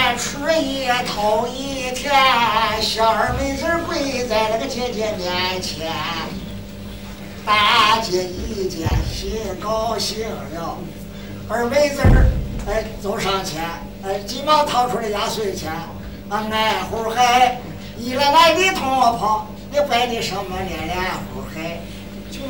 年初一头一天，小二妹子跪在那个姐姐面前，大姐一见心高兴了，二妹子走上前，急忙掏出了压岁钱，爱护孩，一来来的同我跑，你拜的什么年年护孩？就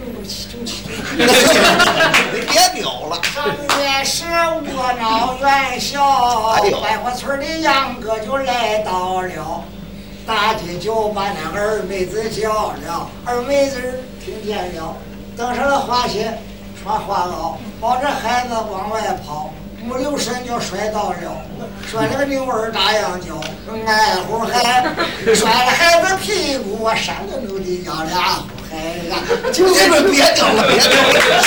你别扭了。 上年是窝闹元宵，百花村的杨哥就来到了，大姐就把那个二妹子叫了，二妹子听见了，登上了花鞋，穿花袄，抱着孩子往外跑，不留神就摔倒了，摔了个牛儿大羊角，爱护孩，摔了孩子屁股，我山都溜的叫俩护孩呀， 就这个别扭了，别扭了，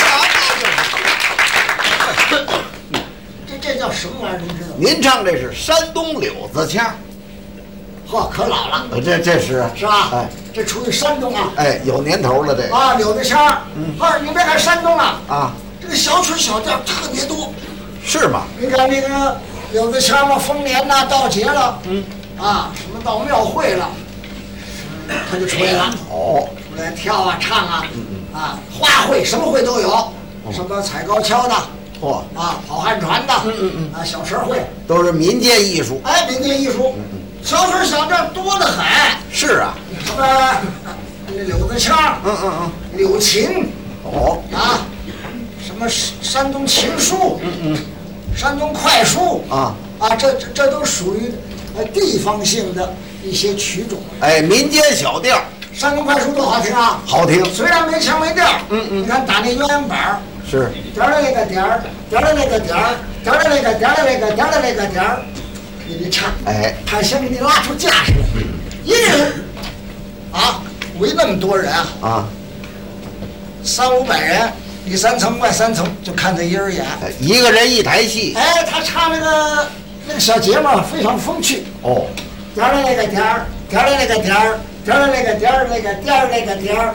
这叫什么玩意儿？您知道吗？ 您唱这是山东柳子腔， 嚯，可老了， 这是吧？ 哎， 这属于山东啊， 有年头了这个啊，柳子腔。你别看山东啊， 啊， 这个小曲小调特别多。 是吗？ 你看这个柳子腔嘛，逢年呐，到节了，什么到庙会了，他就出来了，出来跳啊，唱啊，花卉什么会都有，什么踩高跷的。跑旱船的，小车会都是民间艺术， 民间艺术，小曲小调多得很。 是啊， 什么柳子腔，柳琴，什么山东琴书，山东快书，这都属于地方性的一些曲种。 民间小调， 山东快书多好听啊！ 好听， 虽然没腔没调，你看打那鸳鸯板是点儿的那个点儿，点儿的那个点儿，点儿的那个点儿的那个点儿的那个点儿，你唱，他先给你拉出架势来，一人围那么多人300-500人，里3层外3层，就看这一人演， 一个人一台戏。 他唱那个小节目非常风趣。点儿的那个点儿，点儿的那个点儿，点儿的那个点儿，那个点儿那个点儿。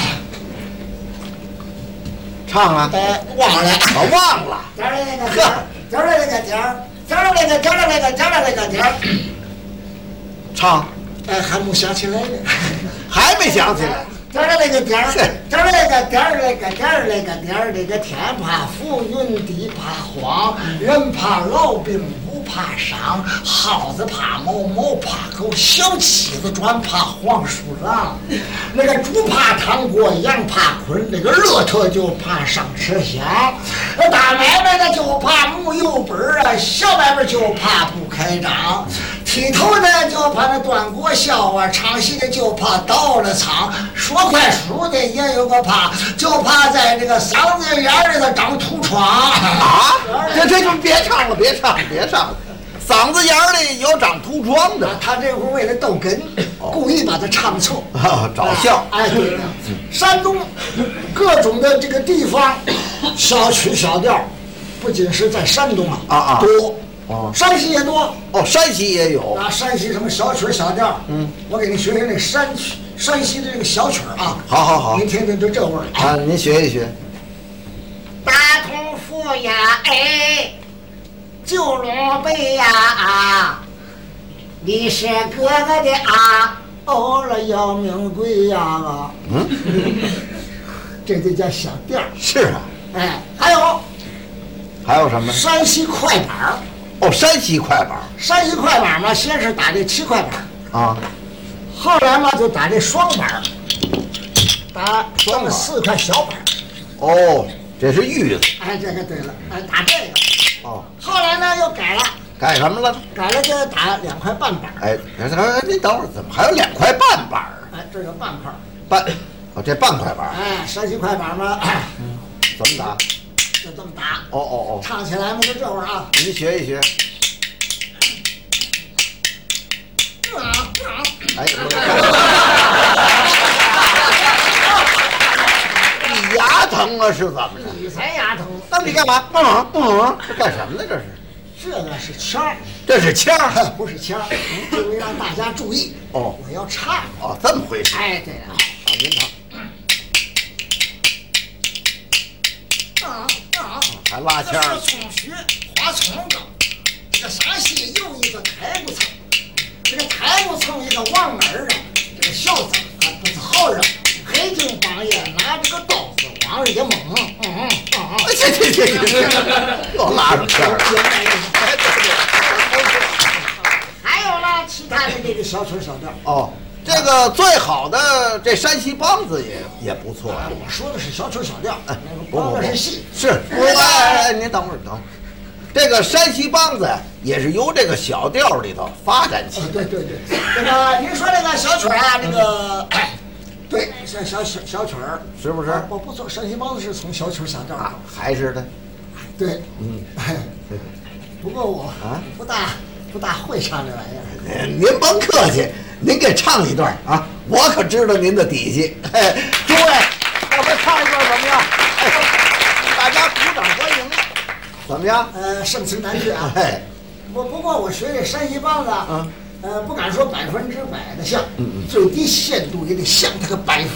唱啊！ 忘了， 忘了。 点儿的那个点儿，点儿的那个点儿，点儿的那个点儿的那个点儿的那个点儿。 唱。 还没想起来呢， 还没想起来。 点儿的那个点儿，点儿的那个点儿，那个点儿那个点儿，那个天怕浮云，地怕荒，人怕老病不怕伤，耗子怕猫，猫怕狗，小妻子专怕黄鼠狼，那个猪怕糖果，羊怕捆，那个骆驼就怕上车厢，大买卖的就怕木有本儿小买卖就怕不开张，剃头的就怕那断锅笑唱戏的就怕倒了仓，说快书的也有个怕，就怕在这个嗓子眼里头长土疮这就别唱了，别唱了，嗓子眼里有长秃疮的。 他这会儿为了逗哏，故意把它唱错找笑。 对了，山东各种的这个地方小曲小调，不仅是在山东多。山西也多山西也有山西什么小曲小调，我给你学学那山西的这个小曲好， 您听听这味儿您学一学。 大同府呀，九龙北呀，你是哥哥的哦了要命鬼呀这就叫小调。 是啊，还有什么？ 山西快板山西快板。 山西快板嘛，先是打这7块板后来嘛就打这双板打这么4块小板这是玉子。 这个对了，打这个后来呢又改了， 改什么了？ 改了就打2块半板。 您等会儿，怎么还有2块半板？ 这有半块。 这半块板。 山西快板嘛， 怎么打？ 就这么打。 唱起来嘛就这味儿您学一学。你牙疼是怎么着？ 你才牙疼。 那你干嘛？这干什么呢？这是？ 这个是腔， 这是腔， 不是腔，就为让大家注意。我要唱。 这么回事。 对了。 您唱。还拉腔。 葱须花葱的， 这个山西有一个太古村，这个太古村一个王二啊，这个小子他不是好人，黑金帮爷拿这个刀子往人家蒙， 又拉上线了。 还有呢，其他的这个小曲小调。 哦，这个最好的这山西梆子也不错。 我说的是小曲小调， 不梆子是戏。 是，哎，您等会儿，这个山西梆子也是由这个小调里头发展起。 对，这个您说这个小曲啊，这个对，小曲儿是不是？ 不错，山西梆子是从小曲小调啊，还是的。 对，不过我不大会唱这玩意儿。 您甭客气，您给唱一段啊，我可知道您的底细。诸位，要不唱一段怎么样？大家鼓掌欢迎，怎么样？ 盛情难却啊。不过我学这山西梆子，不敢说100%的像，最低限度也得像它个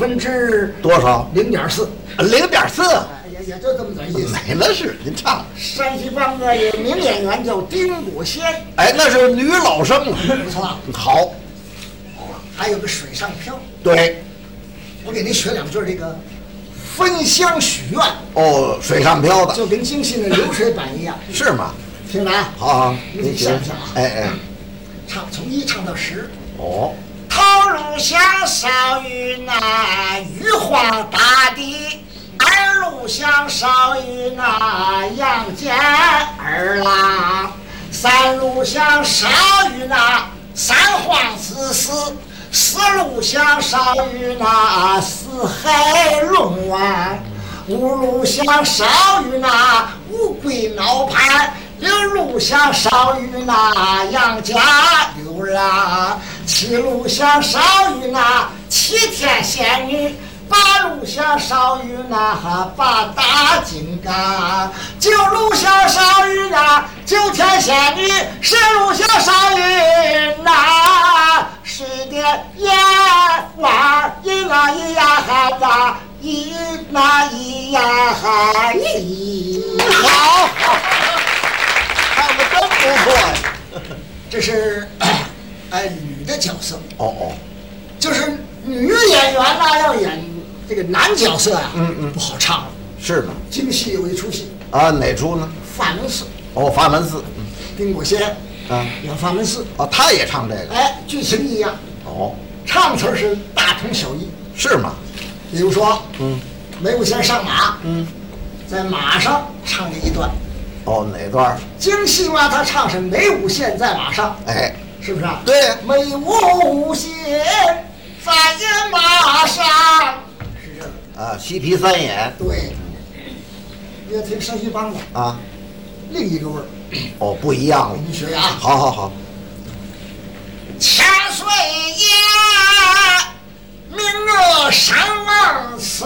% 多少 ？0.4。 0.4。 也就这么点意思。 没那是，您唱。 山西梆子有名演员叫丁果仙， 哎，那是女老生， 不错。 好。 还有个水上漂。 对， 我给您学两句这个焚香许愿。 哦，水上漂的， 就跟京戏的流水版一样。 是吗？ 听着啊， 好， 你想想啊。 唱从1唱到10。 哦。 头颅香烧于那玉皇大帝。2路香烧于那杨戬二郎，3路香烧于那三皇子嗣，4路香烧于那四海龙王，5路香烧于那乌龟闹盘，6路香烧于那杨家六郎，7路香烧于那齐天仙女，8路香烧于那8大金刚，9路香烧于那9天仙女，10路香烧于那10殿阎王，一那一呀哈那一那一呀哈一。 好，唱的真不错呀。 这是女的角色。 哦， 就是女演员呢要演这个男角色呀，不好唱了。 是吗？ 京戏有一出戏啊，哪出呢？ 法门寺。 哦，法门寺。 丁果仙演法门寺。 哦，他也唱这个。 剧情一样。 哦， 唱词是大同小异。 是吗？ 比如说，梅悟仙上马，在马上唱了一段。 哦，哪段？ 京戏嘛，他唱是梅悟仙在马上。是不是啊？ 对， 梅悟仙在马上。是这啊，西皮三眼。 对。你要听山西梆子啊， 另一个味儿。 哦，不一样了。 你学啊。 好。 千岁爷，明月山王祠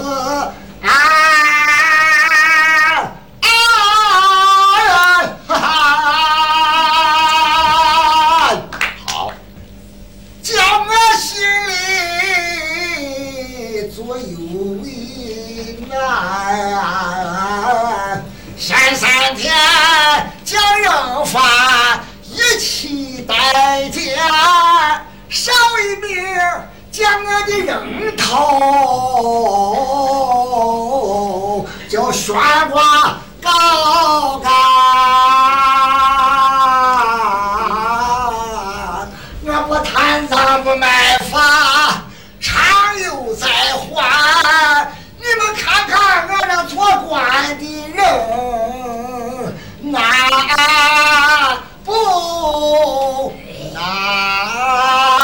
好，叫我心里左右为难，先3天将人发一起代价，少一命将我的人头就悬挂高岗，我不贪赃不卖法，常有在还。你们看看我这做官的人，难不难？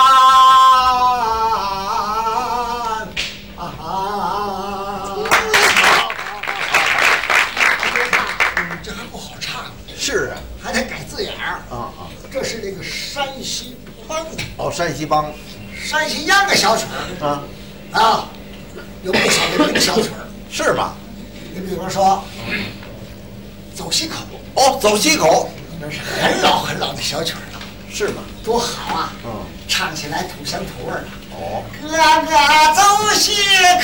这还不好唱。 是啊， 还得改字眼儿。这是这个山西梆子。 哦，山西梆， 山西秧歌小曲儿。有不少的名小曲儿。 是吗？ 你比如说，走西口。 哦，走西口， 那是很老很老的小曲儿了。 是吗？ 多好啊！唱起来土香土味儿的。哥哥走西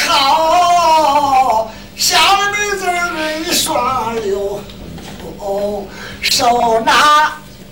口，小妹子没双溜，手拿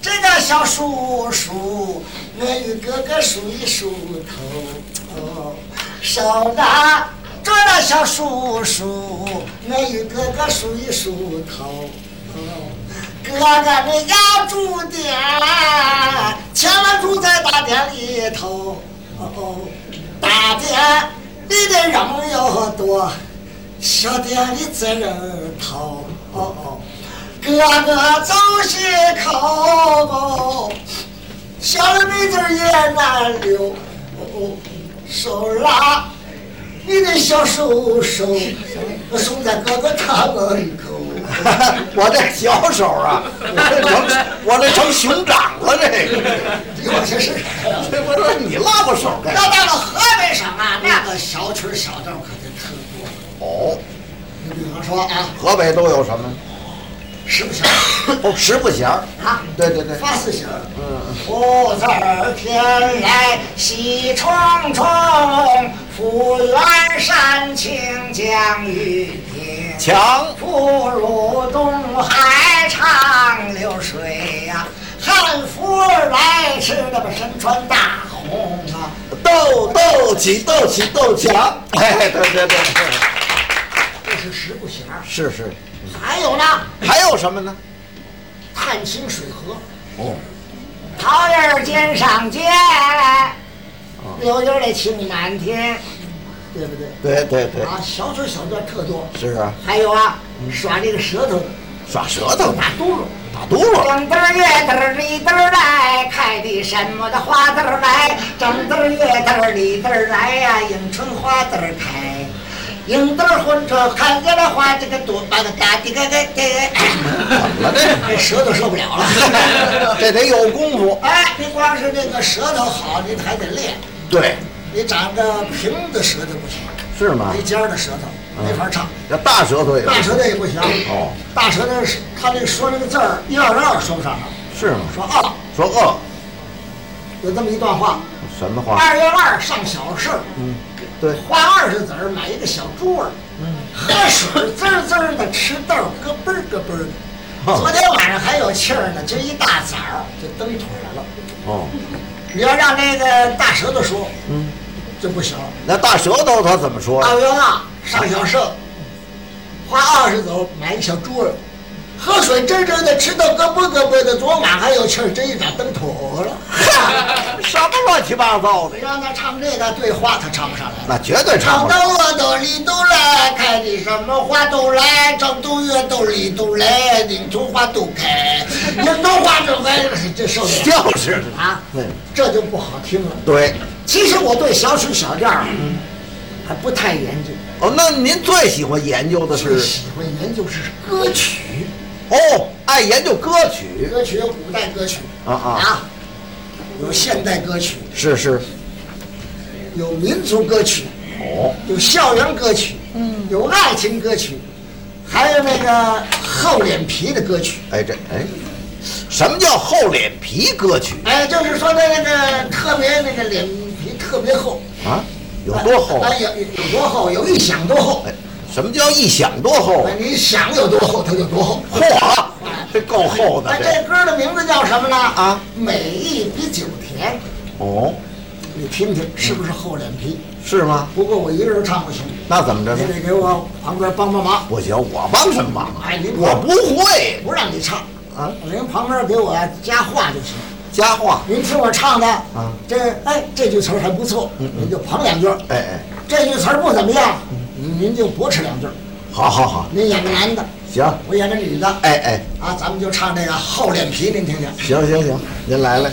这个小叔叔，我与哥哥数一数头，手拿这个小叔叔，我与哥哥数一数头，哥哥你要住店，千万住在大店里头，大店里的人又多，小店里责任头，哥哥走西口，小的妹子也难留，手拉你的小手手，送在哥哥他门口。 我这小手啊，我这成熊掌了，这个。 你往前试试。 这不是你拉把手干？ 要到了河北省啊，那个小曲小调可就特多。 哦， 你比方说啊， 河北都有什么？ 十不弦。 哦，十不弦啊， 对对对， 发四弦。不字天来喜冲冲，福源山清江雨平。 强福如东海长流水呀，汉服来迟那么身穿大红啊， 斗起强。哎，对对对， 这是十不弦。 是是。 还有呢？ 还有什么呢？ 探清水河。 哦， 桃叶尖上尖，柳叶的青满天，对不对？ 对对对。 啊，小曲小调特多。 是啊。 还有啊，耍这个舌头， 耍舌头， 打嘟噜， 打嘟噜。 正嘚儿月嘚儿里嘚儿来，开的什么的花嘚儿来，正嘚儿月嘚儿里嘚儿来呀，迎春花嘚儿开。迎嘚儿混着看见了花，这个多把个嘎的个个怎么了这舌头受不了了， 这得有功夫。 哎，你光是这个舌头好，你还得练。 对， 你长个平的舌头不行， 是吗？ 没尖的舌头没法唱。 这大舌头也大舌头也不行。 哦， 大舌头是他这说这个字儿一二二说不上来。 是吗？ 说有这么一段话。 什么话 ？2月2上小市。 对， 花20子儿买一个小猪儿，喝水滋滋的，吃豆咯嘣咯嘣的。昨天晚上还有气儿呢，今一大早就蹬腿了。 哦， 你要让那个大舌头说，就不行了。 那大舌头他怎么说 2月2上小市，花20子买一个小猪儿，喝水滋滋的，吃豆咯嘣咯嘣的。昨晚还有气儿，这一早蹬腿了。 什么乱七八糟的？ 让他唱这个对话，他唱不上来。 那绝对唱不上。唱到都里都来，开的什么花都来，正都月都里都来，迎春花都开，迎春花都开，这受得了？ 就是啊，这就不好听了。 对， 其实我对小曲小调还不太研究。 哦，那您最喜欢研究的是？ 最喜欢研究是歌曲。 哦，爱研究歌曲。 歌曲有古代歌曲有现代歌曲， 是， 有民族歌曲，有校园歌曲，有爱情歌曲，还有那个厚脸皮的歌曲。 什么叫厚脸皮歌曲？ 就是说那个特别那个脸皮特别厚啊，有多厚？ 有多厚？有一响多厚？ 什么叫一响多厚？ 你想有多厚，它就多厚。 嚯，这够厚的。 这歌的名字叫什么呢？ 啊， 美意比酒甜。 哦， 你听听是不是厚脸皮？ 是吗？ 不过我一个人唱不行。 那怎么着呢？ 你得给我旁边帮帮忙。 不行，我帮什么忙啊？ 我不会， 不让你唱啊。 您旁边给我加话就行。 加话。 您听我唱的啊， 这句词还不错，您就捧2句。这句词不怎么样，您就驳斥2句。 好， 您演个男的， 行， 我演个女的。咱们就唱这个厚脸皮，您听听。 行，您来。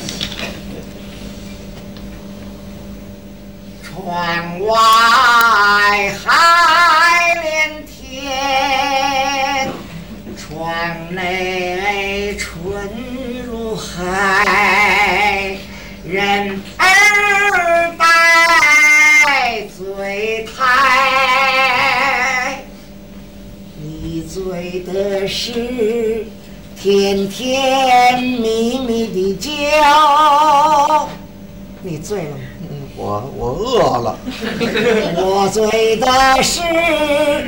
窗外海连天，窗内春如海，人儿戴醉台。你醉的是甜甜蜜蜜的酒，你醉了吗？ 我饿了。 我醉的是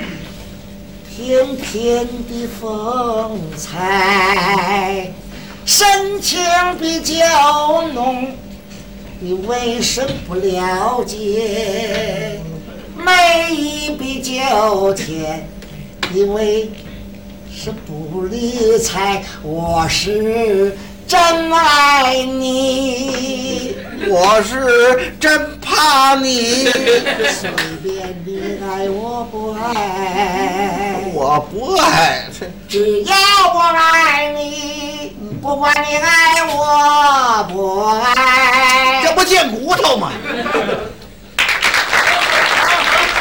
甜甜的风采，小深情比较浓，你为什不了解？美意比较甜，你为什不理睬？我是真爱你， 我是真怕你， 随便你爱我不爱， 我不爱。 只要我爱你，不管你爱我不爱。 这不贱骨头吗？